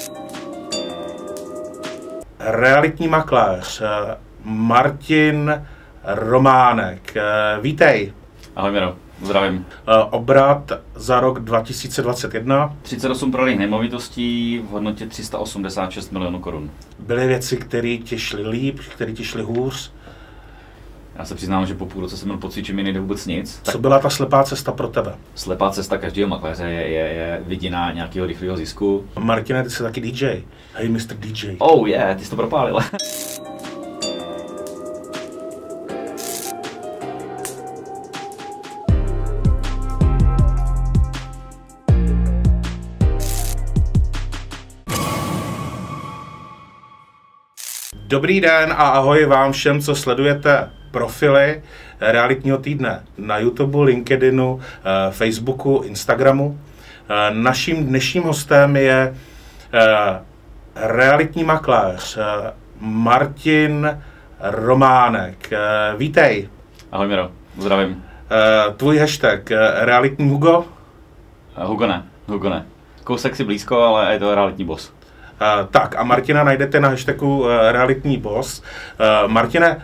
Realitní makléř Martin Románek. Vítej. Ahoj Miro, zdravím. Obrat za rok 2021. 38 prodaných nemovitostí v hodnotě 386 milionů korun. Byly věci, které ti šly líp, které ti šly hůř? Já se přiznám, že po půl roce jsem měl pocit, že mi nejde vůbec nic. Co byla ta slepá cesta pro tebe? Slepá cesta každého makléře je vidina nějakého rychlého zisku. Martine, ty jsi taky DJ. Hej, Mr. DJ. Oh yeah, ty jsi to propálil. Dobrý den a ahoj vám všem, co sledujete profily Realitního týdne na YouTube, LinkedInu, Facebooku, Instagramu. Naším dnešním hostem je realitní makléř Martin Románek. Vítej. Ahoj Miro, zdravím. Tvůj hashtag realitní Hugo? Hugo ne. Kousek si blízko, ale je to realitní boss. Tak a Martina najdete na hashtagu realitní boss. Martine,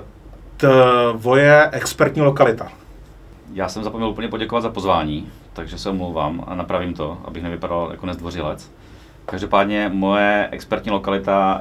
tvoje expertní lokalita. Já jsem zapomněl úplně poděkovat za pozvání, takže se omlouvám a napravím to, abych nevypadal jako nezdvořilec. Každopádně moje expertní lokalita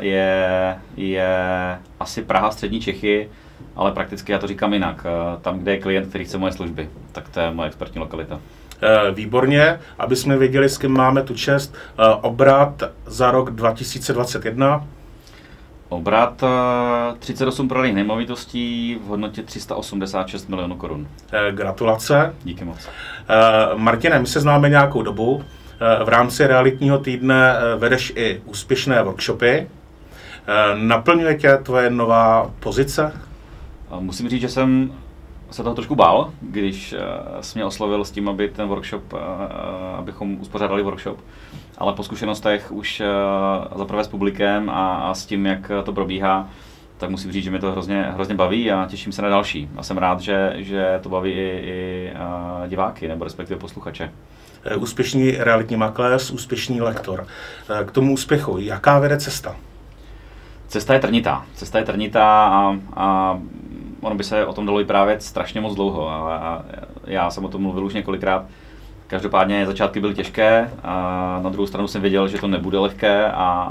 je asi Praha, střední Čechy, ale prakticky já to říkám jinak. Tam, kde je klient, který chce moje služby, tak to je moje expertní lokalita. Výborně, aby jsme věděli, s kým máme tu čest. Obrat za rok 2021. Obrat 38 prodaných nemovitostí v hodnotě 386 milionů korun. Gratulace. Díky moc. Martine, my se známe nějakou dobu. V rámci realitního týdne vedeš i úspěšné workshopy. Naplňuje tě tvoje nová pozice? Musím říct, že jsem se toho trošku bál, když jsi mě oslovil s tím, aby ten workshop, abychom uspořádali workshop. Ale po zkušenostech už zaprvé s publikem a s tím, jak to probíhá, tak musím říct, že mě to hrozně baví a těším se na další. A jsem rád, že to baví i diváky, nebo respektive posluchače. Úspěšný realitní makléř, úspěšný lektor. K tomu úspěchu, jaká vede cesta? Cesta je trnitá a ono by se o tom dalo vyprávět strašně moc dlouho. A já jsem o tom mluvil už několikrát. Každopádně začátky byly těžké, a na druhou stranu jsem věděl, že to nebude lehké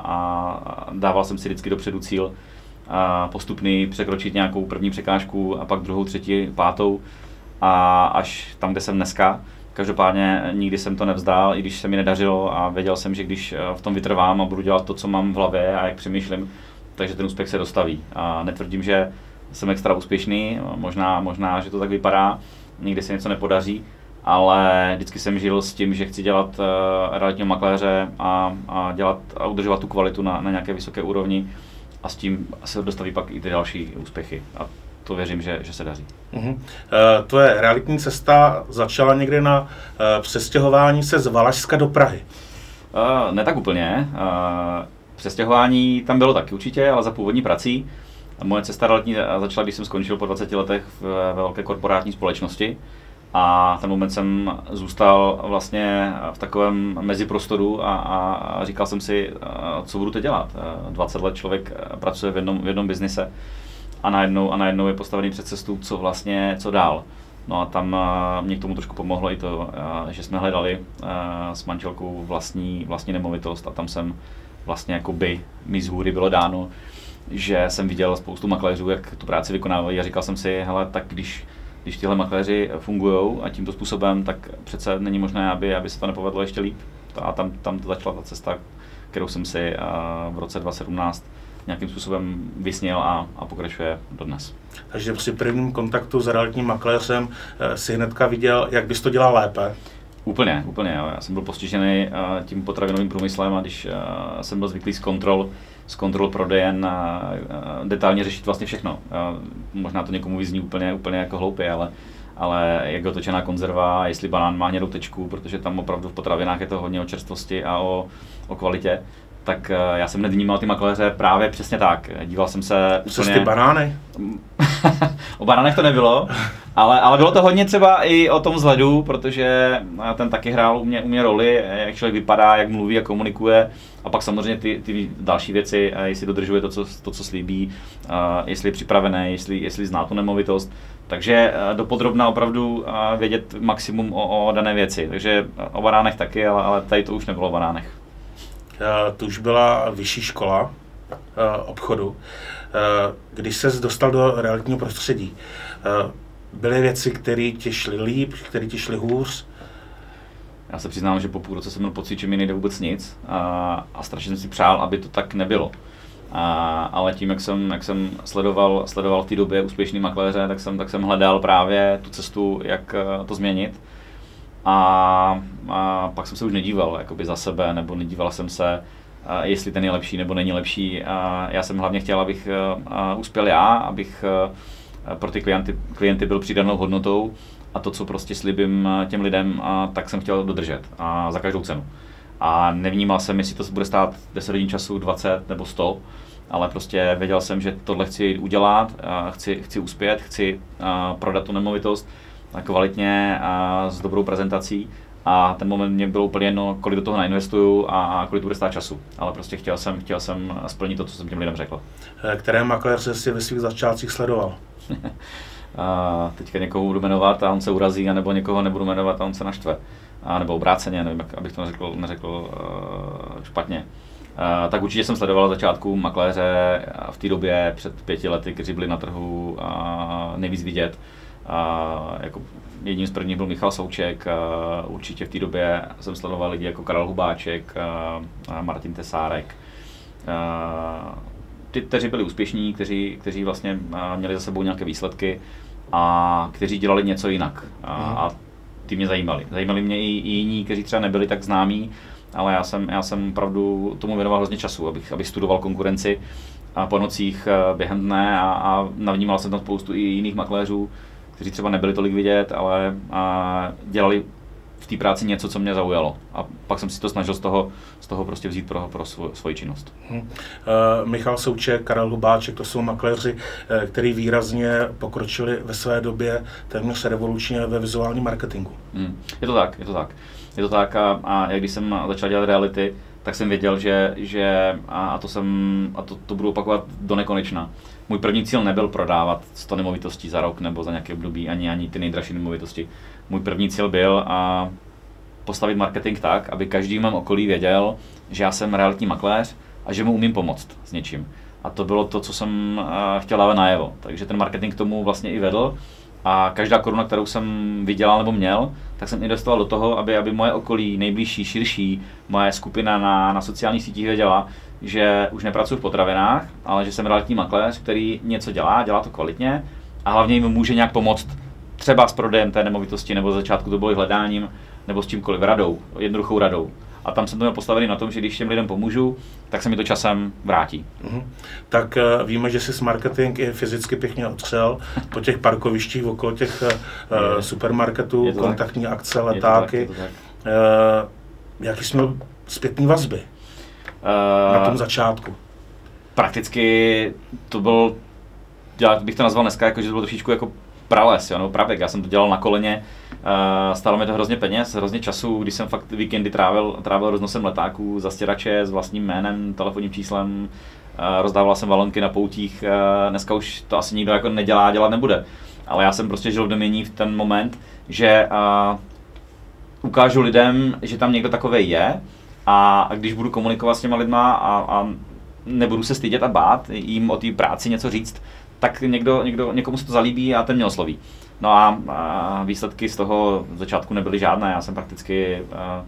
a dával jsem si vždycky dopředu cíl postupný, překročit nějakou první překážku a pak druhou, třetí, pátou a až tam, kde jsem dneska. Každopádně nikdy jsem to nevzdál, i když se mi nedařilo a věděl jsem, že když v tom vytrvám a budu dělat to, co mám v hlavě a jak přemýšlím, takže ten úspěch se dostaví. A netvrdím, že jsem extra úspěšný, možná, že to tak vypadá, někdy se něco nepodaří, ale vždycky jsem žil s tím, že chci dělat realitního makléře a udržovat tu kvalitu na nějaké vysoké úrovni a s tím se dostaví pak i ty další úspěchy. A to věřím, že se daří. Tvoje realitní cesta začala někdy na přestěhování se z Valašska do Prahy. Ne tak úplně. Přestěhování tam bylo taky určitě, ale za původní prací. Moje cesta realitní začala, když jsem skončil po 20 letech ve velké korporátní společnosti. A ten moment jsem zůstal vlastně v takovém meziprostoru a říkal jsem si, co budu teď dělat. 20 let člověk pracuje v jednom biznise a najednou je postavený před cestu, co dál. No a tam mě k tomu trošku pomohlo i to, že jsme hledali s manželkou vlastní nemovitost a tam jsem vlastně jakoby mi z hůry bylo dáno, že jsem viděl spoustu makléřů, jak tu práci vykonávají a říkal jsem si, hele, tak když tihle makléři fungují a tímto způsobem, tak přece není možné, aby se to nepovedlo ještě líp. A tam to začala ta cesta, kterou jsem si v roce 2017 nějakým způsobem vysnil a pokračuje dodnes. Takže při prvním kontaktu s realitním makléřem si hnedka viděl, jak bys to dělal lépe? Úplně. Já jsem byl postižený tím potravinovým průmyslem a když jsem byl zvyklý z kontrol prodejen detailně řešit vlastně všechno. Možná to někomu vyzní úplně jako hloupě, ale jak je otočená konzerva, jestli banán má hnědou tečku, protože tam opravdu v potravinách je to hodně o čerstvosti a o kvalitě. Tak já jsem nevnímal ty makléře právě přesně tak. Díval jsem se úplně... Co ty banány? O banánech to nebylo, ale bylo to hodně třeba i o tom vzhledu, protože ten taky hrál u mě roli, jak člověk vypadá, jak mluví a komunikuje. A pak samozřejmě ty další věci, jestli dodržuje to, co slíbí, jestli je připravené, jestli zná tu nemovitost. Takže dopodrobna opravdu vědět maximum o dané věci. Takže o banánech taky, ale tady to už nebylo o banánech. To už byla vyšší škola obchodu. Když ses dostal do realitního prostředí, byly věci, které ti šly líp, které ti šly hůř? Já se přiznám, že po půl roce jsem měl pocit, že mi nejde vůbec nic a strašně jsem si přál, aby to tak nebylo. Ale tím, jak jsem sledoval v té době úspěšný makléře, tak jsem hledal právě tu cestu, jak to změnit. A pak jsem se už nedíval jakoby za sebe, nebo nedíval jsem se, jestli ten je lepší nebo není lepší. Já jsem hlavně chtěl, abych uspěl já, abych pro ty klienty byl přidanou hodnotou a to, co prostě slibím těm lidem, tak jsem chtěl dodržet a za každou cenu. A nevnímal jsem, jestli to bude stát 10 hodin času, 20 nebo 100, ale prostě věděl jsem, že tohle chci udělat, chci uspět, chci prodat tu nemovitost kvalitně a s dobrou prezentací. A ten moment mě bylo úplně jedno, kolik do toho nainvestuju a kolik to bude stát času. Ale prostě chtěl jsem splnit to, co jsem těm lidem řekl. Které makléře jsi ve svých začátcích sledoval? Teďka někoho budu jmenovat a on se urazí, anebo někoho nebudu jmenovat a on se naštve. Nebo obráceně, nevím, abych to neřekl špatně. Tak určitě jsem sledoval začátku makléře v té době před 5 lety, kteří byli na trhu nejvíc vidět. Jako jedním z prvních byl Michal Souček, určitě v té době jsem sledoval lidi jako Karel Hubáček, Martin Tesárek. Ty, kteří byli úspěšní, kteří vlastně měli za sebou nějaké výsledky a kteří dělali něco jinak. A ty mě zajímali. Zajímali mě i jiní, kteří třeba nebyli tak známí, ale já jsem opravdu tomu věnoval hrozně času, abych studoval konkurenci po nocích během dne a navnímal jsem tam spoustu i jiných makléřů, kteří třeba nebyli tolik vidět, ale dělali v té práci něco, co mě zaujalo. A pak jsem si to snažil z toho prostě vzít pro svoji činnost. Michal Souček, Karel Hubáček, to jsou makléři, kteří výrazně pokročili ve své době téměř revolučně ve vizuálním marketingu. Je to tak a když jsem začal dělat reality, tak jsem věděl, že to budu opakovat do nekonečna. Můj první cíl nebyl prodávat 100 nemovitostí za rok nebo za nějaké období, ani ty nejdražší nemovitosti. Můj první cíl byl postavit marketing tak, aby každý v mém okolí věděl, že já jsem realitní makléř a že mu umím pomoct s něčím. A to bylo to, co jsem chtěl dávat najevo. Takže ten marketing k tomu vlastně i vedl. A každá koruna, kterou jsem vydělal nebo měl, tak jsem investoval do toho, aby moje okolí, nejbližší, širší, moje skupina na sociálních sítích věděla, že už nepracuji v potravinách, ale že jsem realitní makléř, který něco dělá to kvalitně a hlavně jim může nějak pomoct třeba s prodejem té nemovitosti, nebo z začátku to bylo hledáním, nebo s čímkoliv radou, jednoduchou radou. A tam jsem to měl postavený na tom, že když těm lidem pomůžu, tak se mi to časem vrátí. Tak víme, že jsi s marketing i fyzicky pěkně otřel po těch parkovištích okolo těch supermarketů, kontaktní akce, letáky. Jaký jsi měl zpětný vazby na tom začátku? Prakticky to byl, já bych to nazval dneska, jako, že to bylo trošičku jako prales, nebo pravěk. Já jsem to dělal na koleně, stálo mi to hrozně peněz, hrozně času, když jsem fakt víkendy trávil roznosem letáků, zastěrače s vlastním jménem, telefonním číslem, rozdával jsem balonky na poutích, dneska už to asi nikdo jako dělat nebude. Ale já jsem prostě žil v domění v ten moment, že ukážu lidem, že tam někdo takovej je a když budu komunikovat s těma lidma a nebudu se stydět a bát jim o té práci něco říct, tak někomu se to zalíbí a ten mě osloví. No a výsledky z toho začátku nebyly žádné, já jsem prakticky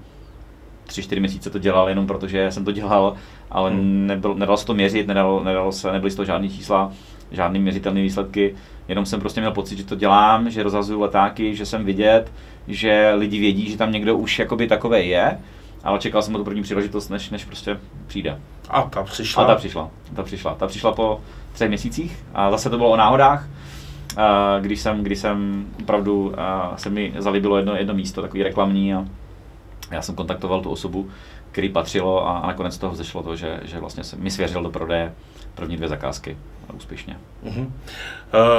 3-4 měsíce to dělal jenom protože jsem to dělal, ale nedalo se to měřit, nebyly z toho žádný čísla, žádný měřitelné výsledky, jenom jsem prostě měl pocit, že to dělám, že rozhazuju letáky, že jsem vidět, že lidi vědí, že tam někdo už jakoby takovej je, ale čekal jsem o tu první příležitost, než prostě přijde. A ta přišla? Ta přišla po 3 měsících a zase to bylo o náhodách, když jsem opravdu se mi zalíbilo jedno místo, takový reklamní a já jsem kontaktoval tu osobu, který patřilo a nakonec z toho vzešlo to, že vlastně se mi svěřil do prodeje první 2 zakázky úspěšně.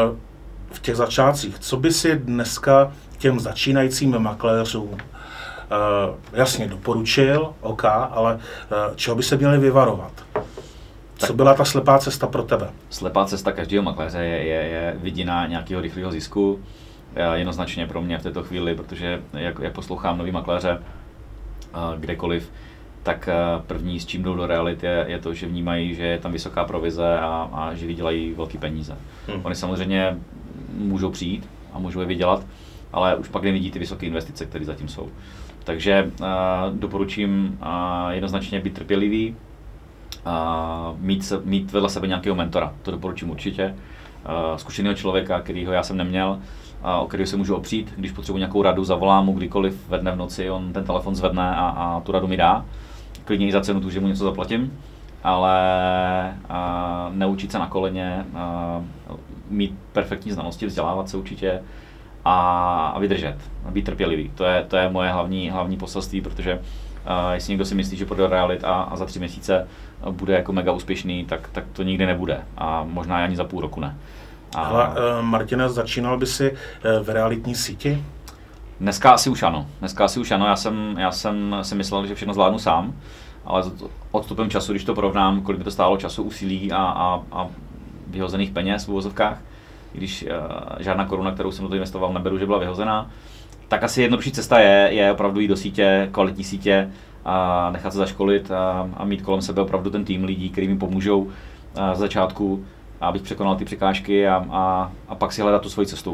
V těch začátcích, co by si dneska těm začínajícím makléřům jasně doporučil, OK, ale čeho by se měli vyvarovat? Co byla ta slepá cesta pro tebe? Slepá cesta každého makléře je vidina nějakého rychlého zisku. Jednoznačně pro mě v této chvíli, protože jak poslouchám nový makléře kdekoliv, tak první, s čím jdou do reality, je to, že vnímají, že je tam vysoká provize a že vydělají velké peníze. Oni samozřejmě můžou přijít a můžou je vydělat, ale už pak nevidí ty vysoké investice, které zatím jsou. Takže doporučím jednoznačně být trpělivý, mít vedle sebe nějakého mentora, to doporučím určitě. Zkušeného člověka, kterýho já jsem neměl, o kterého se můžu opřít, když potřebuji nějakou radu, zavolám mu kdykoliv ve dne v noci, on ten telefon zvedne a tu radu mi dá. Klidně i za cenu tu, že mu něco zaplatím, ale neučit se na koleně, mít perfektní znalosti, vzdělávat se určitě a vydržet, být trpělivý. To je moje hlavní poselství, protože jestli někdo si myslí, že půjde do realit a za 3 měsíce bude jako mega úspěšný, tak to nikdy nebude a možná ani za půl roku ne. Ale Martine, začínal by si v realitní síti? Dneska asi už ano. Já jsem si myslel, že všechno zvládnu sám, ale odstupem času, když to porovnám, kolik by to stálo času, úsilí a vyhozených peněz v uvozovkách, když žádná koruna, kterou jsem do toho investoval, neberu, že byla vyhozená, tak asi jednodušší cesta je opravdu jít do sítě, kvalitní sítě a nechat se zaškolit a mít kolem sebe opravdu ten tým lidí, kteří mi pomůžou z začátku, abych překonal ty překážky a pak si hledat tu svoji cestu.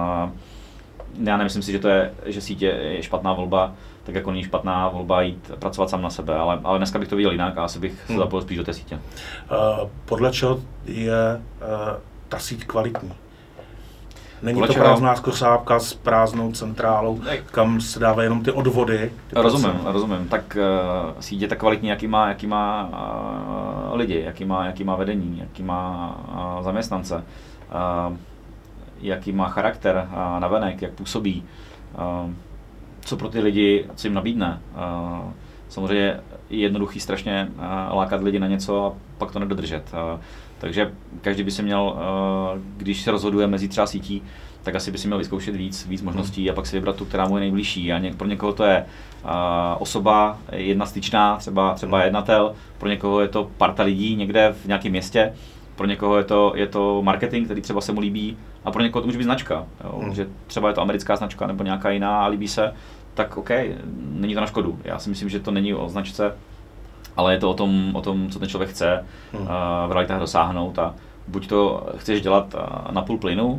Já nemyslím si, že sítě je špatná volba, tak jako není špatná volba jít pracovat sám na sebe, ale dneska bych to viděl jinak a asi bych se zapojil spíš do té sítě. Podle čeho je ta síť kvalitní? Není to prázdná skořápka s prázdnou centrálou, kam se dávají jenom ty odvody? Rozumím. Tak síť je tak kvalitní, jaký má lidi, jaký má vedení, jaký má zaměstnance, jaký má charakter navenek, jak působí, co pro ty lidi, co jim nabídne. Samozřejmě je jednoduchý strašně lákat lidi na něco a pak to nedodržet. Takže každý by si měl, když se rozhoduje mezi třeba sítí, tak asi by si měl vyzkoušet víc možností a pak si vybrat tu, která mu je nejbližší. A pro někoho to je osoba, jedna styčná, třeba jednatel, pro někoho je to parta lidí někde v nějakém městě, pro někoho je to marketing, který třeba se mu líbí, a pro někoho to může být značka. Jo? Že třeba je to americká značka nebo nějaká jiná a líbí se, tak OK, není to na škodu. Já si myslím, že to není o značce, ale je to o tom, co ten člověk chce v realitách dosáhnout, a buď to chceš dělat na půl plynu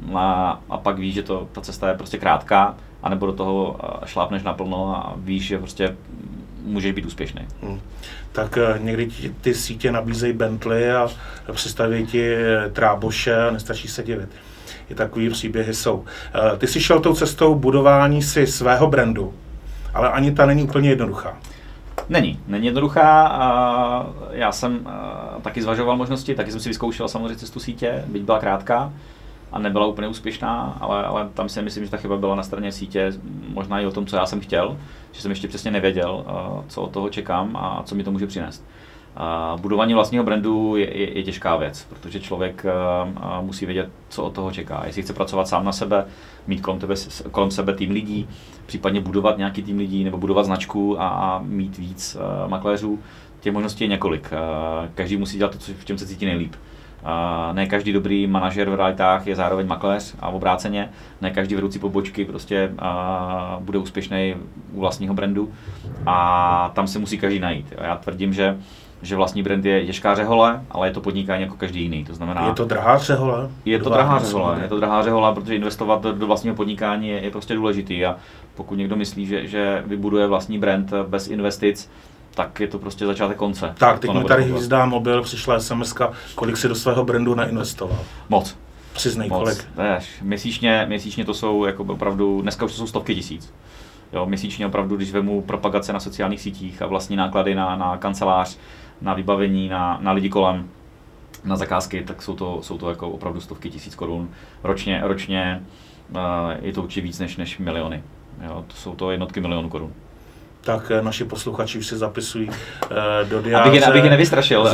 a pak víš, že ta cesta je prostě krátká, anebo do toho šlápneš naplno a víš, že prostě můžeš být úspěšný. Tak někdy ty sítě nabízejí Bentley a přistaví ti tráboše a nestačí se divit. I takový příběhy jsou. Ty jsi šel tou cestou budování si svého brandu, ale ani ta není úplně jednoduchá. Není jednoduchá. Já jsem taky zvažoval možnosti, taky jsem si vyzkoušel samozřejmě cestu sítě, byť byla krátká a nebyla úplně úspěšná, ale tam si myslím, že ta chyba byla na straně sítě, možná i o tom, co já jsem chtěl, že jsem ještě přesně nevěděl, co od toho čekám a co mi to může přinést. Budování vlastního brandu je těžká věc, protože člověk musí vědět, co od toho čeká. Jestli chce pracovat sám na sebe, mít kolem sebe tým lidí, případně budovat nějaký tým lidí nebo budovat značku a mít víc makléřů, těch možností je několik. Každý musí dělat to, v čem se cítí nejlíp. Ne každý dobrý manažer v realitách je zároveň makléř a obráceně. Ne každý vedoucí pobočky prostě bude úspěšný u vlastního brandu a tam se musí každý najít. Já tvrdím, že vlastní brand je těžká řehole, ale je to podnikání jako každý jiný. To znamená, je to drahá řehole? Je to drahá řehole, protože investovat do vlastního podnikání je prostě důležitý, a pokud někdo myslí, že vybuduje vlastní brand bez investic, tak je to prostě začátek konce. Tak, teď mi tady hvízdá mobil, přišla SMS-ka, kolik si do svého brandu nainvestoval? Moc. Přiznej, kolik? Měsíčně to jsou jako opravdu, dneska už to jsou stovky tisíc. Jo, měsíčně opravdu, když vemu propagace na sociálních sítích a vlastní náklady na kancelář, na vybavení, na lidi kolem, na zakázky, tak jsou to jako opravdu stovky tisíc korun. Ročně je to určitě víc než miliony. Jo, to jsou to jednotky milionů korun. Tak naši posluchači už si zapisují do diáře. Abych je nevystrašil.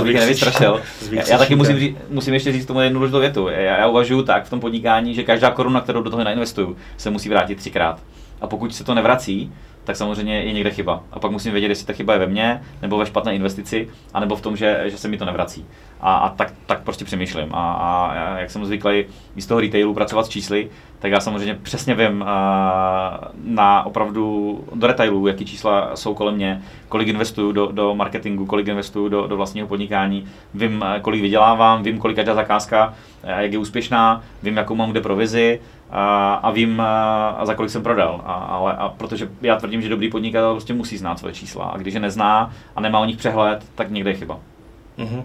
Já taky musím ještě říct tomu jednu důležitou větu. Já uvažuji tak v tom podnikání, že každá koruna, kterou do toho nainvestuju, se musí vrátit 3krát. A pokud se to nevrací, tak samozřejmě je někde chyba. A pak musím vědět, jestli ta chyba je ve mně, nebo ve špatné investici, anebo v tom, že se mi to nevrací. A tak prostě přemýšlím. A jak jsem zvyklý z toho retailu pracovat s čísly, tak já samozřejmě přesně vím na opravdu do detailu, jaký čísla jsou kolem mě, kolik investuju do marketingu, kolik investuju do vlastního podnikání, vím, kolik vydělávám, vím, kolik každá zakázka, jak je úspěšná, vím, jakou mám kde provizi a vím, za kolik jsem prodal. A protože já tvrdím, že dobrý podnikatel prostě musí znát svoje čísla a když je nezná a nemá o nich přehled, tak někde je chyba. Mm-hmm.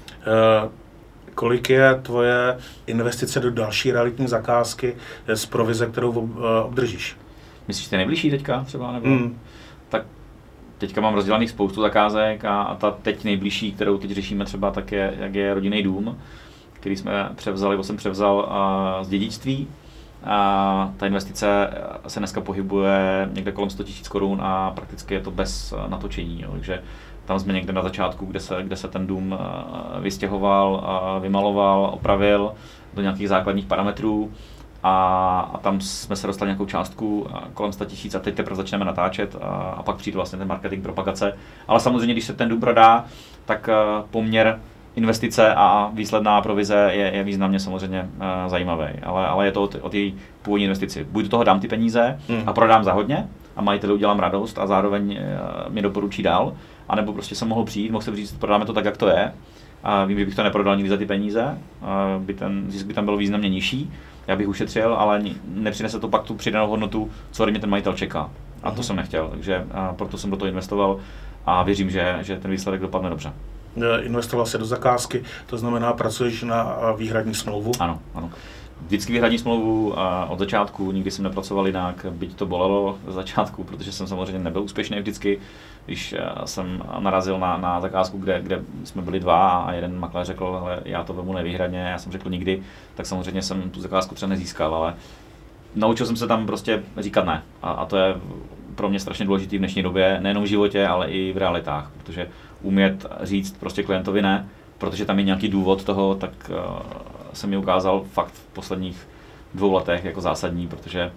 Kolik je tvoje investice do další realitní zakázky z provize, kterou obdržíš? Myslíš, že to je nejbližší teďka třeba? Nebo? Tak teďka mám rozdělaných spoustu zakázek a ta teď nejbližší, kterou teď řešíme třeba, tak je, jak je rodinný dům, který jsme jsem převzal z dědictví. A ta investice se dneska pohybuje někde kolem 100 000 korun a prakticky je to bez natočení. Jo. Takže tam jsme někde na začátku, kde se ten dům vystěhoval, vymaloval, opravil do nějakých základních parametrů a tam jsme se dostali nějakou částku kolem 100 000 a teď teprve začneme natáčet a pak přijde vlastně ten marketing, propagace. Ale samozřejmě, když se ten dům prodá, tak poměr investice a výsledná provize je významně samozřejmě zajímavý, ale je to o té původní investici. Buď do toho dám ty peníze a prodám za hodně a majiteli udělám radost a zároveň mě doporučí dál, anebo prostě jsem mohl jsem říct, prodáme to tak, jak to je. A vím, že bych to neprodal nikdy za ty peníze, ten zisk by tam byl významně nižší, já bych ušetřil, ale nepřinese to pak tu přidanou hodnotu, co ode mě ten majitel čeká. A to jsem nechtěl, takže proto jsem do toho investoval a věřím, že ten výsledek dopadne dobře. Investoval se do zakázky, to znamená, pracuješ na výhradní smlouvu? Ano. Vždycky výhradní smlouvu od začátku, nikdy jsem nepracoval jinak, byť to bolelo z začátku, protože jsem samozřejmě nebyl úspěšný vždycky. Když jsem narazil na zakázku, kde jsme byli dva a jeden makléř řekl, ale já to vemu nevýhradně, já jsem řekl nikdy, tak samozřejmě jsem tu zakázku třeba nezískal, ale naučil jsem se tam prostě říkat ne. A to je pro mě strašně důležitý v dnešní době, nejenom v životě, ale i v realitách, protože umět říct prostě klientovi ne, protože tam je nějaký důvod toho, tak se mi ukázal fakt v posledních 2 letech jako zásadní, protože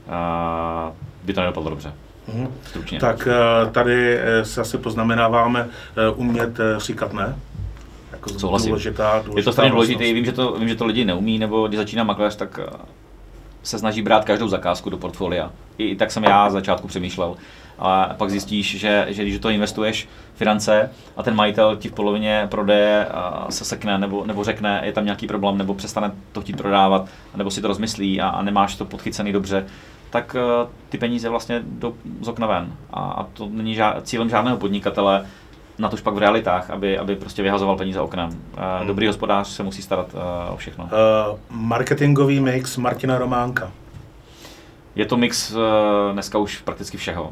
by to nedopadlo dobře. Stručně. Tak tady se asi poznamenáváme umět říkat ne. Jako důležitá je to strašně důležité, vím, že to lidi neumí, nebo když začíná makléř, tak se snaží brát každou zakázku do portfolia. I tak jsem já z začátku přemýšlel. A pak zjistíš, že když do toho investuješ finance a ten majitel ti v polovině prodeje se sekne nebo řekne, je tam nějaký problém, nebo přestane to chtít prodávat, nebo si to rozmyslí a nemáš to podchycený dobře, tak ty peníze vlastně jdou z okna ven. A to není cílem žádného podnikatele, natož pak v realitách, aby prostě vyhazoval peníze oknem. Dobrý hospodář se musí starat o všechno. Marketingový mix Martina Románka. Je to mix dneska už prakticky všeho.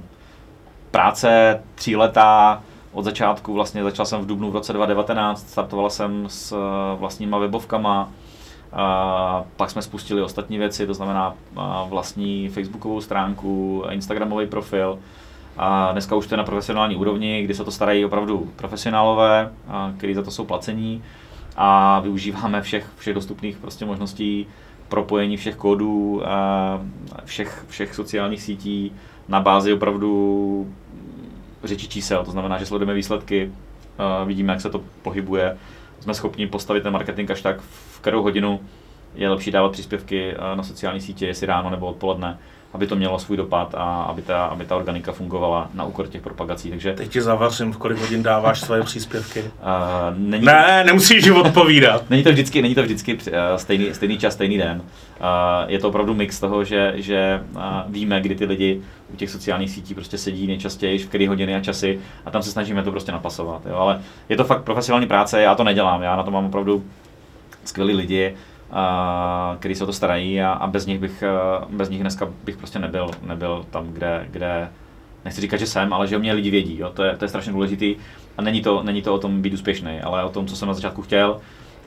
Práce 3letá od začátku, vlastně začal jsem v dubnu v roce 2019, startoval jsem s vlastníma webovkama, pak jsme spustili ostatní věci, to znamená vlastní facebookovou stránku, instagramový profil. A dneska už to je na profesionální úrovni, kdy se to starají opravdu profesionálové, kteří za to jsou placení a využíváme všech dostupných prostě možností propojení všech kódů, všech sociálních sítí na bázi opravdu řeči čísel. To znamená, že sledujeme výsledky, vidíme, jak se to pohybuje. Jsme schopni postavit ten marketing až tak, v kterou hodinu je lepší dávat příspěvky na sociální sítě, jestli ráno nebo odpoledne, aby to mělo svůj dopad a aby ta organika fungovala na úkor těch propagací. Takže teď ti zavařím, v kolik hodin dáváš svoje příspěvky. Nemusíš odpovídat. Není to vždycky stejný čas, stejný den. Je to opravdu mix toho, že víme, kdy ty lidi u těch sociálních sítí prostě sedí nejčastěji, v které hodiny a časy a tam se snažíme to prostě napasovat. Jo. Ale je to fakt profesionální práce, já to nedělám, já na to mám opravdu skvělí lidi, který se o to starají a bez nich dneska bych prostě nebyl tam, kde nechci říkat, že jsem, ale že o mě lidi vědí, jo? To je strašně důležitý a není to o tom být úspěšný, ale o tom, co jsem na začátku chtěl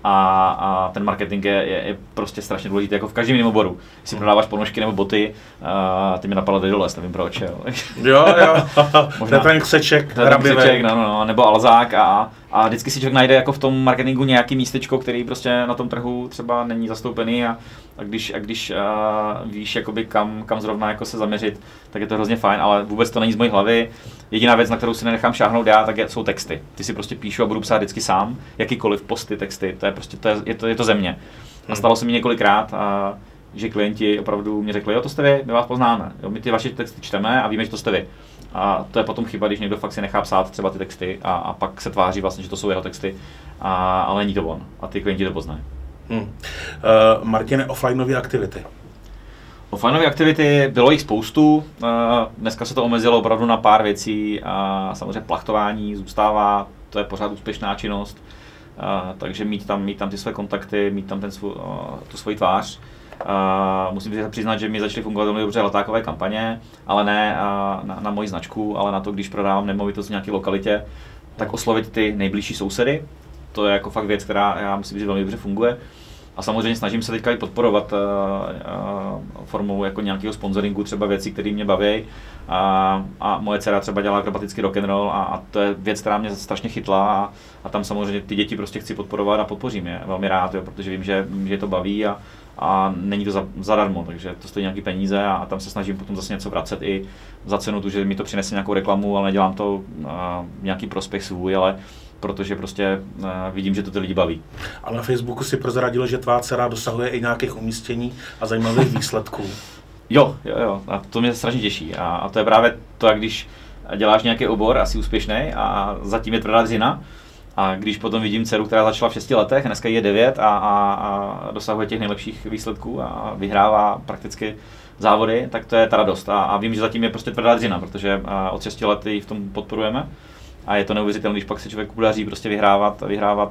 a ten marketing je prostě strašně důležitý, jako v každém jiném oboru. Jestli prodáváš ponožky nebo boty, ty mi napadlo Dydolez, nevím proč. Jo, možná ten křeček, no, nebo Alzák a vždycky si člověk najde jako v tom marketingu nějaký místečko, který prostě na tom trhu třeba není zastoupený a když víš, jakoby kam zrovna jako se zaměřit, tak je to hrozně fajn, ale vůbec to není z mojí hlavy. Jediná věc, na kterou si nenechám šáhnout já, tak jsou texty. Ty si prostě píšu a budu psát vždycky sám, jakýkoliv posty, texty, to je prostě, je to ze mě. A stalo se mi několikrát, že klienti opravdu mi řekli, jo, to jste vy, my vás poznáme, jo, my ty vaše texty čteme a víme, že to jste vy. A to je potom chyba, když někdo fakt si nechá psát třeba ty texty a pak se tváří vlastně, že to jsou jeho texty, ale není to on a ty klienti to poznají. Martine, offlineové aktivity. Offlineové aktivity, bylo jich spoustu, dneska se to omezilo opravdu na pár věcí a samozřejmě plachtování zůstává, to je pořád úspěšná činnost, takže mít tam ty své kontakty, mít tam tu svoji tvář. Musím si přiznat, že mi začaly fungovat velmi dobře letákové kampaně, ale ne na moji značku, ale na to, když prodávám nemovitost v nějaké lokalitě, tak oslovit ty nejbližší sousedy. To je jako fakt věc, která já myslím, že velmi dobře funguje. A samozřejmě snažím se teďka i podporovat formou jako nějakého sponsoringu, třeba věcí, které mě baví. A moje dcera třeba dělá akrobatický rock'n'roll a to je věc, která mě strašně chytla a tam samozřejmě ty děti prostě chci podporovat a podpořím je velmi rád, jo, protože vím, že je to baví a není to zadarmo, takže to stojí nějaký peníze a tam se snažím potom zase něco vracet i za cenu tu, že mi to přinese nějakou reklamu, ale nedělám to nějaký prospěch svůj, ale protože prostě vidím, že to ty lidi baví. Ale na Facebooku si prozradil, že tvá dcera dosahuje i nějakých umístění a zajímavých výsledků. Jo, a to mě strašně těší a to je právě to, jak když děláš nějaký obor, asi úspěšný a zatím je tvrdá dřina a když potom vidím dceru, která začala v 6 letech, dneska je 9 a dosahuje těch nejlepších výsledků a vyhrává prakticky závody, tak to je ta radost a vím, že zatím je prostě tvrdá dřina, protože od 6 let ji v tom podporujeme. A je to neuvěřitelné, když pak se člověku podaří prostě vyhrávat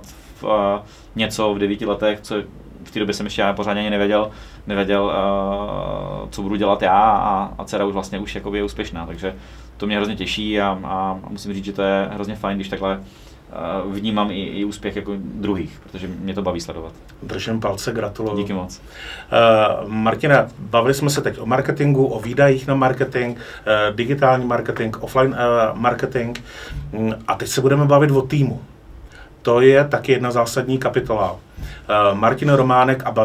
něco v 9 letech, co v té době jsem ještě pořádně ani nevěděl, co budu dělat já a dcera už vlastně už jakoby je úspěšná, takže to mě hrozně těší a musím říct, že to je hrozně fajn, když takhle vnímám i úspěch jako druhých, protože mě to baví sledovat. Držím palce, gratuluju. Díky moc. Martine, bavili jsme se teď o marketingu, o výdajích na marketing, digitální marketing, offline marketing a teď se budeme bavit o týmu. To je taky jedna zásadní kapitola. Martin Románek a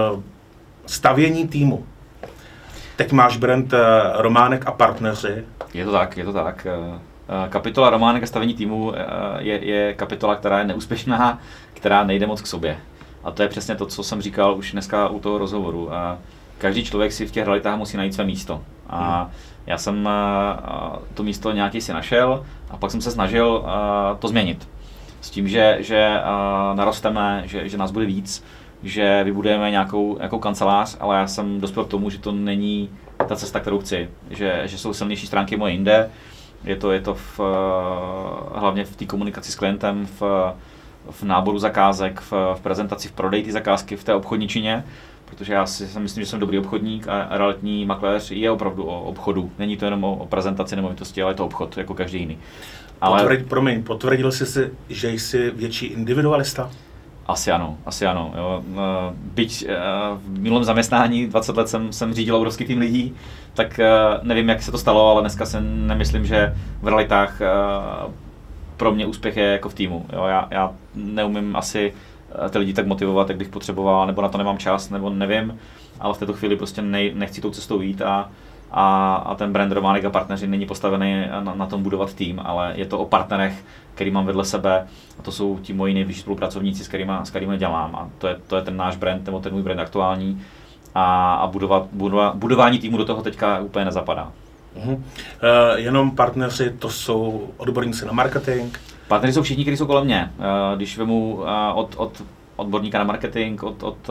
stavění týmu. Teď máš brand Románek a partneři. Je to tak. Kapitola Románek a stavění týmu je kapitola, která je neúspěšná, která nejde moc k sobě. A to je přesně to, co jsem říkal už dneska u toho rozhovoru. Každý člověk si v těch realitách musí najít své místo. A já jsem to místo nějaký si našel a pak jsem se snažil to změnit. S tím, že narosteme, že nás bude víc, že vybudujeme nějakou kancelář, ale já jsem dospěl k tomu, že to není ta cesta, kterou chci. Že jsou silnější stránky moje jinde. Je to hlavně v té komunikaci s klientem, v náboru zakázek, v prezentaci, v prodeji té zakázky, v té obchodničině, protože já si myslím, že jsem dobrý obchodník a realitní makléř je opravdu o obchodu. Není to jenom o prezentaci nemovitosti, ale je to obchod, jako každý jiný. Potvrdil jsi si, že jsi větší individualista? Asi ano. Jo. Byť v minulém zaměstnání 20 let jsem řídil obrovský tým lidí, tak nevím, jak se to stalo, ale dneska si nemyslím, že v realitách pro mě úspěch je jako v týmu. Jo. Já neumím asi ty lidi tak motivovat, jak bych potřeboval, nebo na to nemám čas, nebo nevím, ale v této chvíli prostě nechci tou cestou jít a ten brand Románek a partneři není postavený na tom budovat tým, ale je to o partnerech, který mám vedle sebe a to jsou ti moji nejbližší spolupracovníci, s kterými dělám a to je ten náš brand, nebo ten můj brand aktuální a budování týmu do toho teďka úplně nezapadá. Jenom partneři, to jsou odborníci na marketing? Partneři jsou všichni, kteří jsou kolem mě. Když vemu od odborníka na marketing, od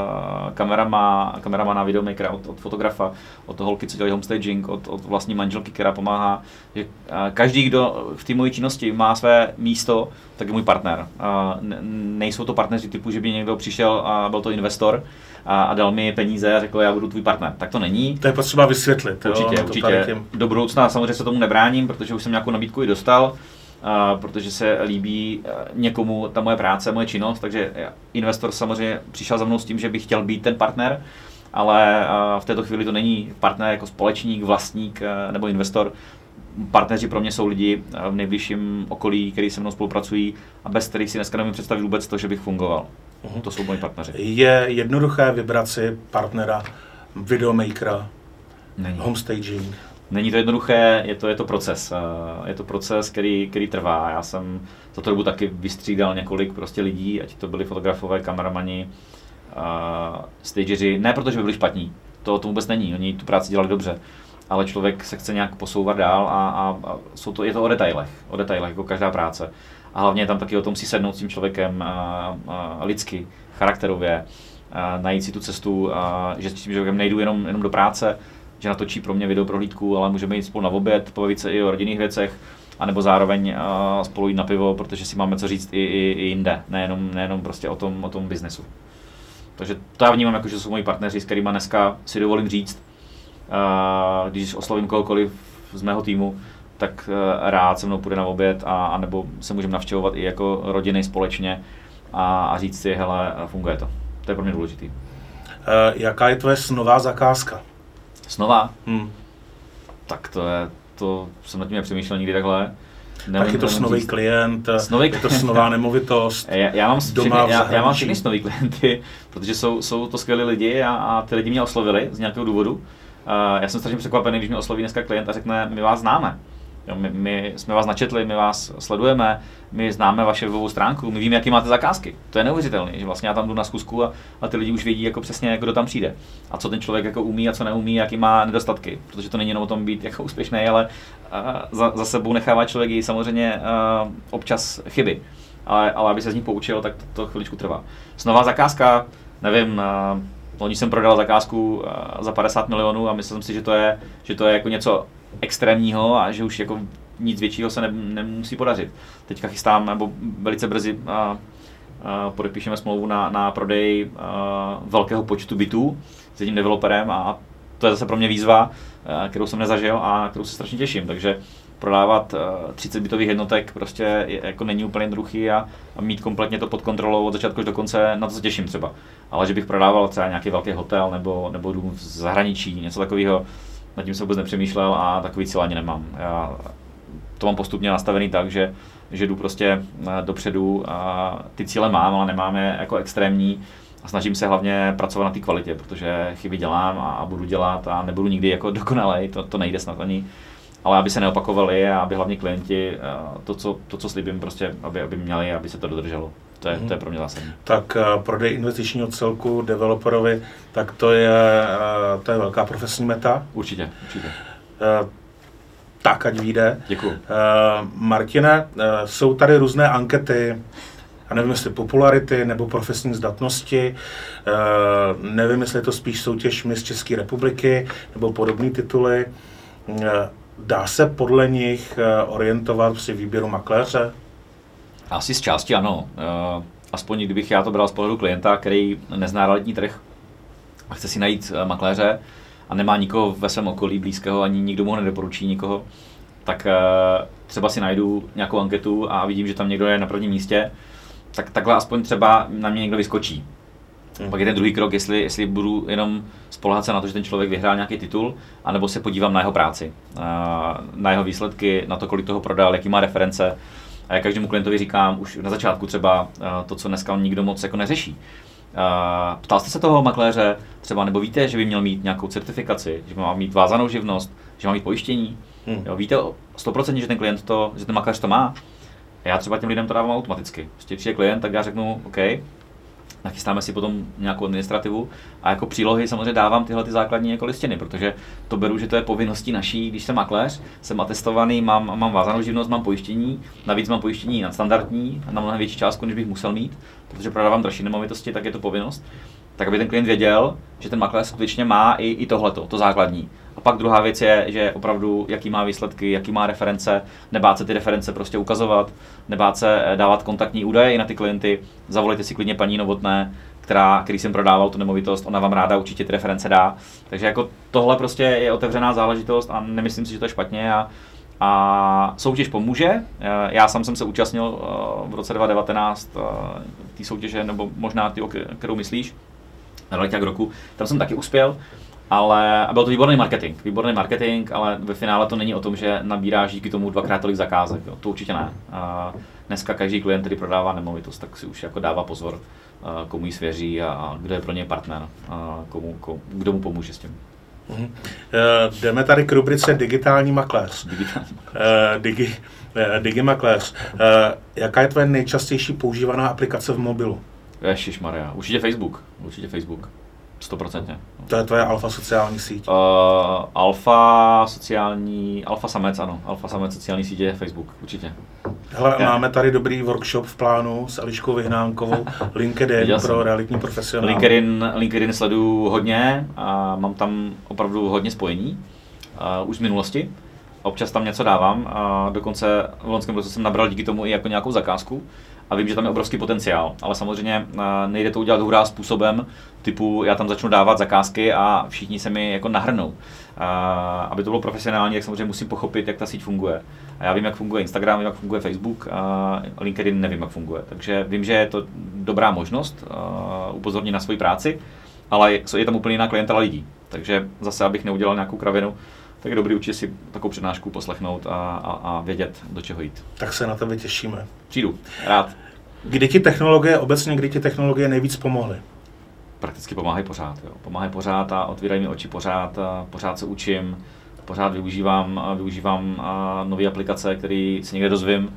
kameramana, videomakera, od fotografa, od toho holky, co dělají homestaging, od vlastní manželky, která pomáhá. Že každý, kdo v té mojí činnosti má své místo, tak je můj partner. Nejsou to partneři typu, že by někdo přišel a byl to investor a dal mi peníze a řekl, já budu tvůj partner. Tak to není. To je potřeba vysvětlit. Určitě. Do budoucna samozřejmě se tomu nebráním, protože už jsem nějakou nabídku i dostal. protože se líbí někomu ta moje práce, moje činnost, takže investor samozřejmě přišel za mnou s tím, že by chtěl být ten partner, ale v této chvíli to není partner jako společník, vlastník nebo investor. Partneři pro mě jsou lidi v nejbližším okolí, kteří se mnou spolupracují a bez kterých si dneska nemůžu představit vůbec to, že bych fungoval. To jsou moji partneři. Je jednoduché vybrat si partnera, videomakera, Není. homestaging? Není to jednoduché, je to proces. Je to proces, který trvá. Já jsem za tu dobu taky vystřídal několik prostě lidí, ať to byli fotografové, kameramani, stageři, ne protože by byli špatní, to vůbec není, oni tu práci dělali dobře, ale člověk se chce nějak posouvat dál a je to o detailech jako každá práce. A hlavně je tam taky o tom si sednout s tím člověkem lidsky, charakterově, najít si tu cestu, že s tím člověkem nejdu jenom do práce, že natočí pro mě videoprohlídku, ale můžeme jít spolu na oběd, pobavit se i o rodinných věcech, anebo zároveň spolu jít na pivo, protože si máme co říct i jinde, nejenom prostě o tom biznesu. Takže to já vnímám jako, že jsou moji partneři, s kterými dneska si dovolím říct, když oslovím kohokoliv z mého týmu, tak rád se mnou půjde na oběd, anebo se můžeme navštěvovat i jako rodiny společně a říct si, hele, funguje to. To je pro mě důležitý. Jaká je tvoje snová zakázka? Snová? Tak to jsem nad tím nepřemýšlel nikdy takhle. Tak je to snový klient, je to snová nemovitost. Já mám všechny snový klienty, protože jsou to skvělí lidi a ty lidi mě oslovili z nějakého důvodu. Já jsem strašně překvapený, když mě osloví dneska klient a řekne, my vás známe. Jo, my jsme vás načetli, my vás sledujeme, my známe vaše webovou stránku, my víme, jaký máte zakázky. To je neuvěřitelné, že vlastně já tam jdu na zkusku a ty lidi už vědí jako přesně, kdo tam přijde. A co ten člověk jako umí a co neumí, jaký má nedostatky. Protože to není jenom o tom být jako úspěšný, ale za sebou nechává člověk i samozřejmě občas chyby. Ale aby se z nich poučil, tak to chviličku trvá. Snová zakázka, nevím, loni jsem prodal zakázku za 50 milionů a myslel jsem si, že to je jako něco extrémního a že už jako nic většího se nemusí podařit. Teďka chystám, nebo velice brzy podepíšeme smlouvu na prodej velkého počtu bytů s jedním developerem a to je zase pro mě výzva, kterou jsem nezažil a kterou se strašně těším. Takže prodávat 30 bytových jednotek prostě jako není úplně jednoduchý a mít kompletně to pod kontrolou od začátku až do konce, na to se těším třeba. Ale že bych prodával třeba nějaký velký hotel nebo dům v zahraničí, něco takového, nad tím jsem vůbec nepřemýšlel a takový cíl ani nemám. Já to mám postupně nastavený tak, že jdu prostě dopředu a ty cíle mám, ale nemám je jako extrémní a snažím se hlavně pracovat na té kvalitě, protože chyby dělám a budu dělat a nebudu nikdy jako dokonalej, to nejde snad ani. Ale aby se neopakovali a aby hlavně klienti to, co slibím, prostě, aby měli, aby se to dodrželo. To je pro mě zásadní. Tak prodej investičního celku developerovi, tak to je velká profesní meta. Určitě. Tak, ať vyjde. Děkuju. Martine, jsou tady různé ankety, a nevím, jestli popularity nebo profesní zdatnosti, nevím, jestli je to spíš soutěž Miss České republiky nebo podobné tituly. Dá se podle nich orientovat při výběru makléře? Asi z části ano. Aspoň kdybych já to bral z pohledu klienta, který nezná realitní trh a chce si najít makléře a nemá nikoho ve svém okolí blízkého, ani nikdo mu nedoporučí nikoho, tak třeba si najdu nějakou anketu a vidím, že tam někdo je na prvním místě, tak takhle aspoň třeba na mě někdo vyskočí. Pak je ten druhý krok, jestli budu jenom spoléhat se na to, že ten člověk vyhrál nějaký titul, anebo se podívám na jeho práci, na jeho výsledky, na to, kolik toho prodal, jaký má reference. A já každému klientovi říkám už na začátku třeba to, co dneska nikdo moc jako neřeší. Ptal jste se toho makléře třeba, nebo víte, že by měl mít nějakou certifikaci, že má mít vázanou živnost, že má mít pojištění. Jo, víte 100%, že ten klient že ten makléř to má. A já třeba těm lidem to dávám automaticky. Prostě přijde klient, tak já řeknu OK, nachystáme si potom nějakou administrativu a jako přílohy samozřejmě dávám tyhle ty základní jako listiny, protože to beru, že to je povinností naší, když jsem makléř, jsem atestovaný, mám vázanou živnost, mám pojištění, navíc mám pojištění nadstandardní, na mnohem větší částku, než bych musel mít, protože prodávám dražší nemovitosti, tak je to povinnost. Tak aby ten klient věděl, že ten makléř skutečně má i tohleto, to základní. A pak druhá věc je, že opravdu jaký má výsledky, jaký má reference, nebát se ty reference prostě ukazovat, nebát se dávat kontaktní údaje i na ty klienty, zavolejte si klidně paní Novotné, který jsem prodával tu nemovitost, ona vám ráda určitě ty reference dá. Takže jako tohle prostě je otevřená záležitost a nemyslím si, že to je špatně A soutěž pomůže. Já sám jsem se účastnil v roce 2019 té soutěže, nebo možná ty, kterou myslíš, Realiťák roku. Tam jsem taky uspěl, ale byl to výborný marketing, ale ve finále to není o tom, že nabíráš díky tomu 2x tolik zakázek, jo. To určitě ne. Dneska každý klient, který prodává nemovitost, tak si už jako dává pozor, komu ji svěří a kdo je pro něj partner, kdo mu pomůže s tím. Jdeme tady k rubrice Digitální makléř. Digimakléř. Jaká je tvoje nejčastější používaná aplikace v mobilu? Ježišmarja, určitě Facebook. 100%. To je tvoje alfa sociální síť? Alfa samec, ano. Alfa samec sociální sítě je Facebook, určitě. Hele, máme tady dobrý workshop v plánu s Eliškou Vyhnánkovou, LinkedIn pro realitní profesionály. LinkedIn sleduju hodně a mám tam opravdu hodně spojení, už z minulosti. Občas tam něco dávám, dokonce v loňském roce jsem nabral díky tomu i jako nějakou zakázku. A vím, že tam je obrovský potenciál, ale samozřejmě nejde to udělat hurá způsobem, typu já tam začnu dávat zakázky a všichni se mi jako nahrnou. Aby to bylo profesionální, tak samozřejmě musím pochopit, jak ta síť funguje. A já vím, jak funguje Instagram, vím, jak funguje Facebook, a LinkedIn nevím, jak funguje. Takže vím, že je to dobrá možnost upozornit na svoji práci, ale je tam úplně jiná klientela lidí. Takže zase, abych neudělal nějakou kravinu, tak je dobrý určitě si takovou přednášku poslechnout a vědět, do čeho jít. Tak se na tebe těšíme. Přijdu, rád. Kdy ti technologie nejvíc pomohly? Prakticky pomáhají pořád. Jo. Pomáhají pořád a otvírají mi oči pořád. Pořád se učím, pořád využívám nové aplikace, které si někde dozvím.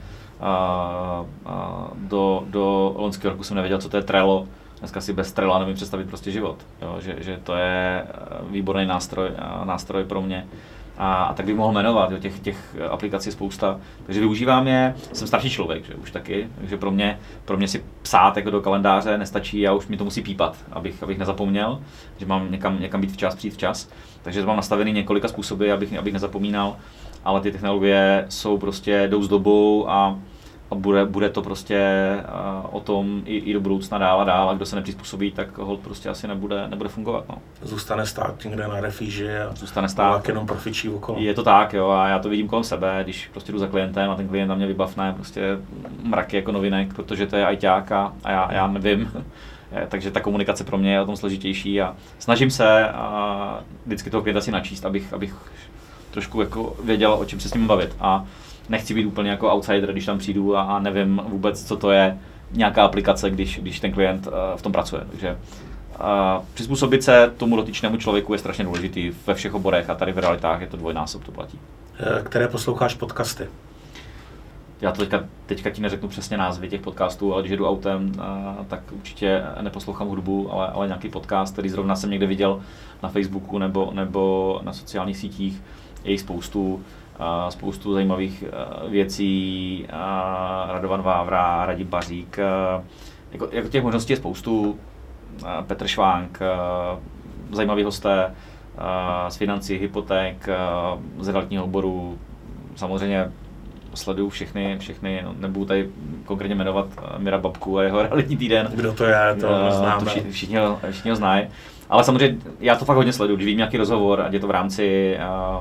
Do loňského roku jsem nevěděl, co to je Trello. Dneska si bez Trella nevím představit prostě život. Jo. Že to je výborný nástroj pro mě. A tak bych mohl jmenovat, jo, těch aplikací je spousta, takže využívám je, jsem starší člověk, že už taky, takže pro mě si psát jako do kalendáře nestačí, mě to musí pípat, abych nezapomněl, že mám někam být včas, přijít včas, takže to mám nastavený několika způsoby, abych nezapomínal, ale ty technologie jsou prostě, jdou s dobou a bude to prostě o tom i do budoucna dál a kdo se nepřizpůsobí, tak hold prostě asi nebude fungovat. No. Zůstane stát někde na refíži a zůstane stát, jenom profičí okolo. Je to tak, jo, a já to vidím kolem sebe, když prostě jdu za klientem a ten klient na mě vybavne prostě mraky jako novinek, protože to je ajťák a já nevím. Takže ta komunikace pro mě je o tom složitější a snažím se vždycky toho klienta si načíst, abych trošku jako věděl, o čem se s ním bavit. A nechci být úplně jako outsider, když tam přijdu a nevím vůbec, co to je nějaká aplikace, když ten klient v tom pracuje. Takže přizpůsobit se tomu dotyčnému člověku je strašně důležitý ve všech oborech a tady v realitách je to dvojnásob, to platí. Které posloucháš podcasty? Já to teďka ti neřeknu přesně názvy těch podcastů, ale když jedu autem, tak určitě neposlouchám hudbu, ale nějaký podcast, který zrovna jsem někde viděl na Facebooku nebo na sociálních sítích, je jich spoustu zajímavých věcí, Radovan Vávra, Radim Bařík, jako těch možností je spoustu, Petr Švánk, zajímaví hosté z financí, hypoték, z realitního oboru, samozřejmě sleduju všechny, nebudu tady konkrétně jmenovat Mira Babku a jeho realitní týden. Kdo to je, to známe. Všichni ho znají. Ale samozřejmě já to fakt hodně sleduju, když vím nějaký rozhovor, ať je to v rámci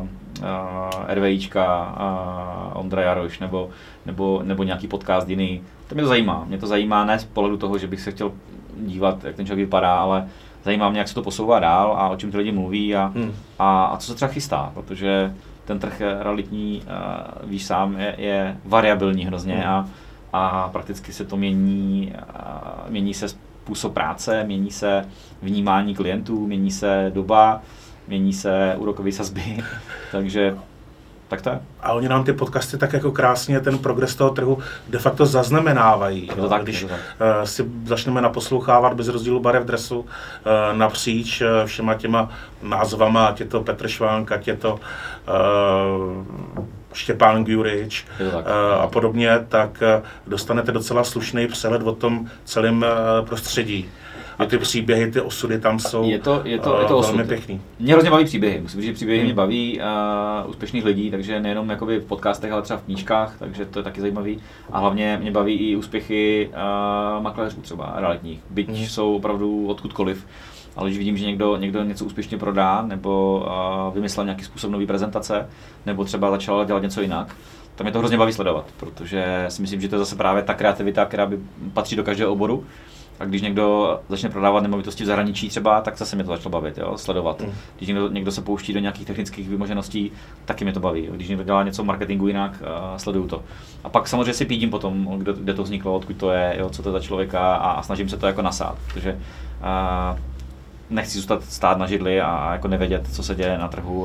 RVIčka, Ondra Jaroš nebo nějaký podcast jiný. To mě to zajímá. Mě to zajímá ne z pohledu toho, že bych se chtěl dívat, jak ten člověk vypadá, ale zajímá mě, jak se to posouvá dál a o čem ty lidi mluví a co se třeba chystá, protože ten trh realitní, víš sám, je variabilní hrozně a prakticky se to mění se způsob práce, mění se vnímání klientů, mění se doba, mění se úrokové sazby, takže tak to je. A oni nám ty podcasty tak jako krásně ten progres toho trhu de facto zaznamenávají. Je to tak, když si začneme naposlouchávat bez rozdílu barev dresu napříč všema těma názvama, ať je to Petr Švánk, ať je to Štěpán Gjurič a podobně, tak dostanete docela slušný přehled o tom celém prostředí. A ty příběhy, ty osudy tam jsou je to velmi pěkný. Mě hrozně baví příběhy, musím říct, že příběhy mě baví úspěšných lidí, takže nejenom jakoby v podcastech, ale třeba v knížkách, takže to je taky zajímavý. A hlavně mě baví i úspěchy makléřů třeba realitních, byť jsou opravdu odkudkoliv. ale když vidím, že někdo něco úspěšně prodá, nebo vymyslel nějaký způsob nový prezentace, nebo třeba začal dělat něco jinak, tak mě to hrozně baví sledovat, protože si myslím, že to je zase právě ta kreativita, která by patří do každého oboru. A když někdo začne prodávat nemovitosti v zahraničí třeba, tak zase mě to začalo bavit, jo, sledovat. Když někdo se pouští do nějakých technických vymožeností, taky mě to baví. Když někdo dělá něco v marketingu jinak, sleduju to. A pak samozřejmě si pídím potom, kde to vzniklo, odkud to je, jo, co to je za člověka a snažím se to jako nasát, protože nechci zůstat stát na židli a jako nevědět, co se děje na trhu.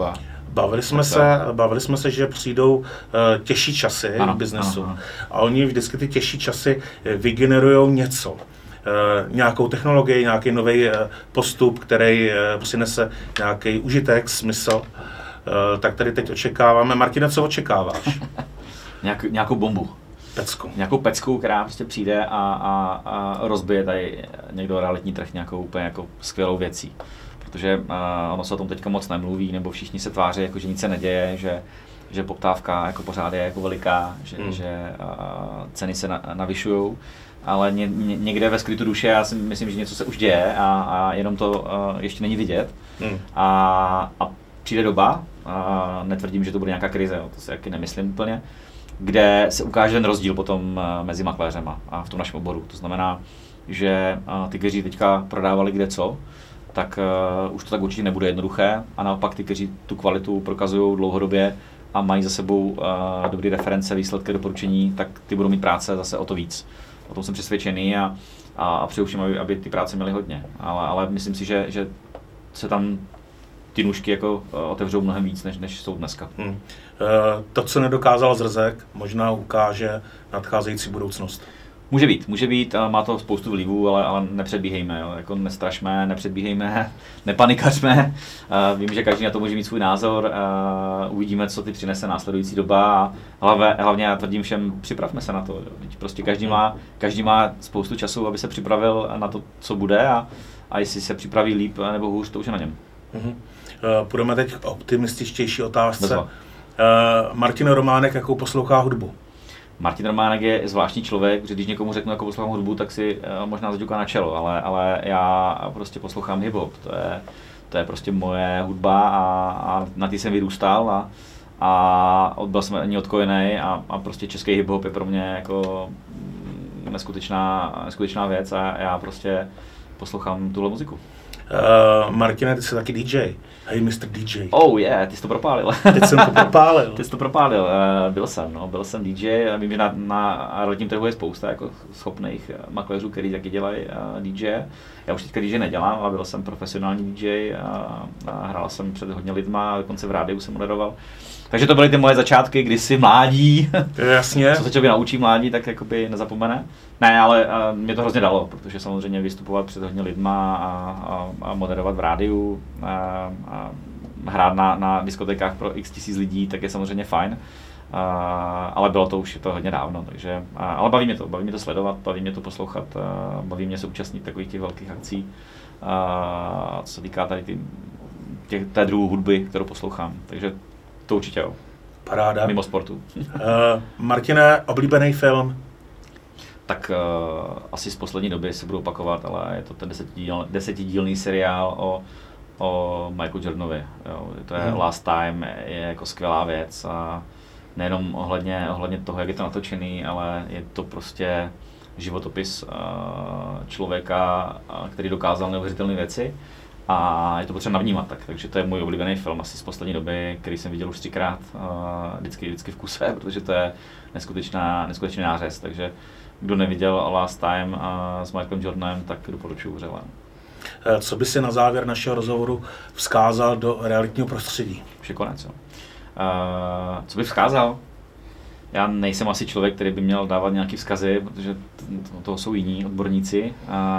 Bavili jsme se, že přijdou těžší časy v biznesu a oni vždycky ty těžší časy vygenerujou něco. Nějakou technologii, nějaký nový postup, který přinese nějaký užitek, smysl. Tak tady teď očekáváme. Martine, co očekáváš? Nějakou bombu. Pecku. Nějakou pecku, která prostě přijde a rozbije tady někdo realitní trh nějakou úplně jako skvělou věcí. Protože ono se o tom teďka moc nemluví, nebo všichni se tváří, jako, že nic se neděje, že poptávka jako pořád je jako veliká, že ceny se navyšujou. Ale někde ve skrytu duše já si myslím, že něco se už děje a jenom to ještě není vidět. A přijde doba, netvrdím, že to bude nějaká krize, to si taky nemyslím úplně, kde se ukáže ten rozdíl potom mezi makléřema a v tom našem oboru. To znamená, že ty, kteří teďka prodávali kde co, tak už to tak určitě nebude jednoduché a naopak ty, kteří tu kvalitu prokazují dlouhodobě a mají za sebou dobré reference, výsledky, doporučení, tak ty budou mít práce zase o to víc. O tom jsem přesvědčený a přeju všem, aby ty práce měly hodně. Ale myslím si, že se tam ty nůžky jako otevřou mnohem víc, než jsou dneska. To, co nedokázal Zrzek, možná ukáže nadcházející budoucnost. Může být, má to spoustu vlivů, ale nepředbíhejme, jo. Jako nestrašme, nepředbíhejme, nepanikařme. Vím, že každý na to může mít svůj názor, uvidíme, co ty přinese následující doba a hlavně já tvrdím všem, připravme se na to. Jo. Prostě každý má spoustu času, aby se připravil na to, co bude a jestli se připraví líp nebo hůř, to už je na něm. Půjdeme teď k optimističtější otázce. Martin Románek, jakou poslouchá hudbu? Martin Románek je zvláštní člověk, že když někomu řeknu, jako poslouchám hudbu, tak si možná zaťuká na čelo, ale já prostě poslouchám hip-hop. To je prostě moje hudba a na ty jsem vyrůstal a byl jsem ani odkojený a prostě český hip-hop je pro mě jako neskutečná věc a já prostě poslouchám tuhle muziku. Martine, ty jsi taky DJ. Hej, Mr. DJ. Oh yeah, ty jsi to propálil. Teď jsem to propálil. Ty jsi to propálil. Byl jsem DJ a vím, že na realitním trhu je spousta jako schopných makléřů, kteří taky dělají DJ. Já už teďka DJ nedělám, ale byl jsem profesionální DJ a hrál jsem před hodně lidma, dokonce v rádiu jsem moderoval. Takže to byly ty moje začátky, kdysi mládí. Jasně. Co se člověk naučí mládí, tak jakoby nezapomene. Ne, ale mě to hrozně dalo, protože samozřejmě vystupovat před hodně lidma a moderovat v rádiu a hrát na diskotékách pro x tisíc lidí, tak je samozřejmě fajn. Ale bylo to už hodně dávno, takže, ale baví mě to sledovat, baví mě to poslouchat, baví mě se účastnit takových těch velkých akcí, co se týká tady té druhu hudby, kterou poslouchám, takže to určitě jo. Paráda. Mimo sportu. Martine, oblíbený film? Tak asi z poslední doby se budu opakovat, ale je to ten desetidílný seriál o Michaelu Jordanovi. Jo. To je Last Time, je jako skvělá věc a nejenom ohledně toho, jak je to natočený, ale je to prostě životopis člověka, který dokázal neuvěřitelné věci a je to potřeba navnímat tak. Takže to je můj oblíbený film asi z poslední doby, který jsem viděl už 3krát, vždycky v kuse, protože to je neskutečný nářez. Takže kdo neviděl Last Time s Michaelem Jordanem, tak doporučuji vřele. Co by si na závěr našeho rozhovoru vzkázal do realitního prostředí? Už je konec, jo. Co bych vzkázal? Já nejsem asi člověk, který by měl dávat nějaký vzkazy, protože toho jsou jiní odborníci.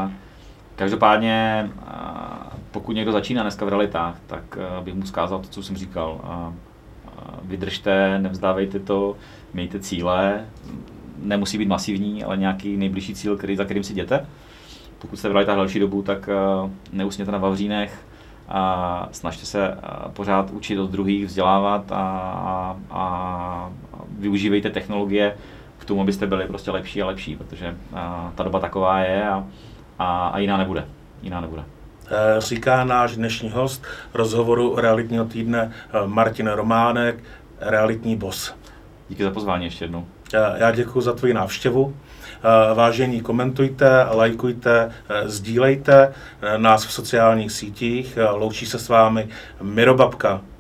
Každopádně, pokud někdo začíná dneska v realitách, tak bych mu vzkázal to, co jsem říkal. Vydržte, nevzdávejte to, mějte cíle. Nemusí být masivní, ale nějaký nejbližší cíl, za kterým si jděte. Pokud jste v realitách další dobu, tak neusněte na vavřínech a snažte se pořád učit od druhých, vzdělávat a využívejte technologie k tomu, abyste byli prostě lepší a lepší, protože ta doba taková je a jiná nebude. říká náš dnešní host rozhovoru Realitního týdne Martin Románek, realitní boss. Díky za pozvání ještě jednou. Já děkuji za tvoji návštěvu. Vážení, komentujte, lajkujte, sdílejte nás v sociálních sítích. Loučí se s vámi Miro Babka.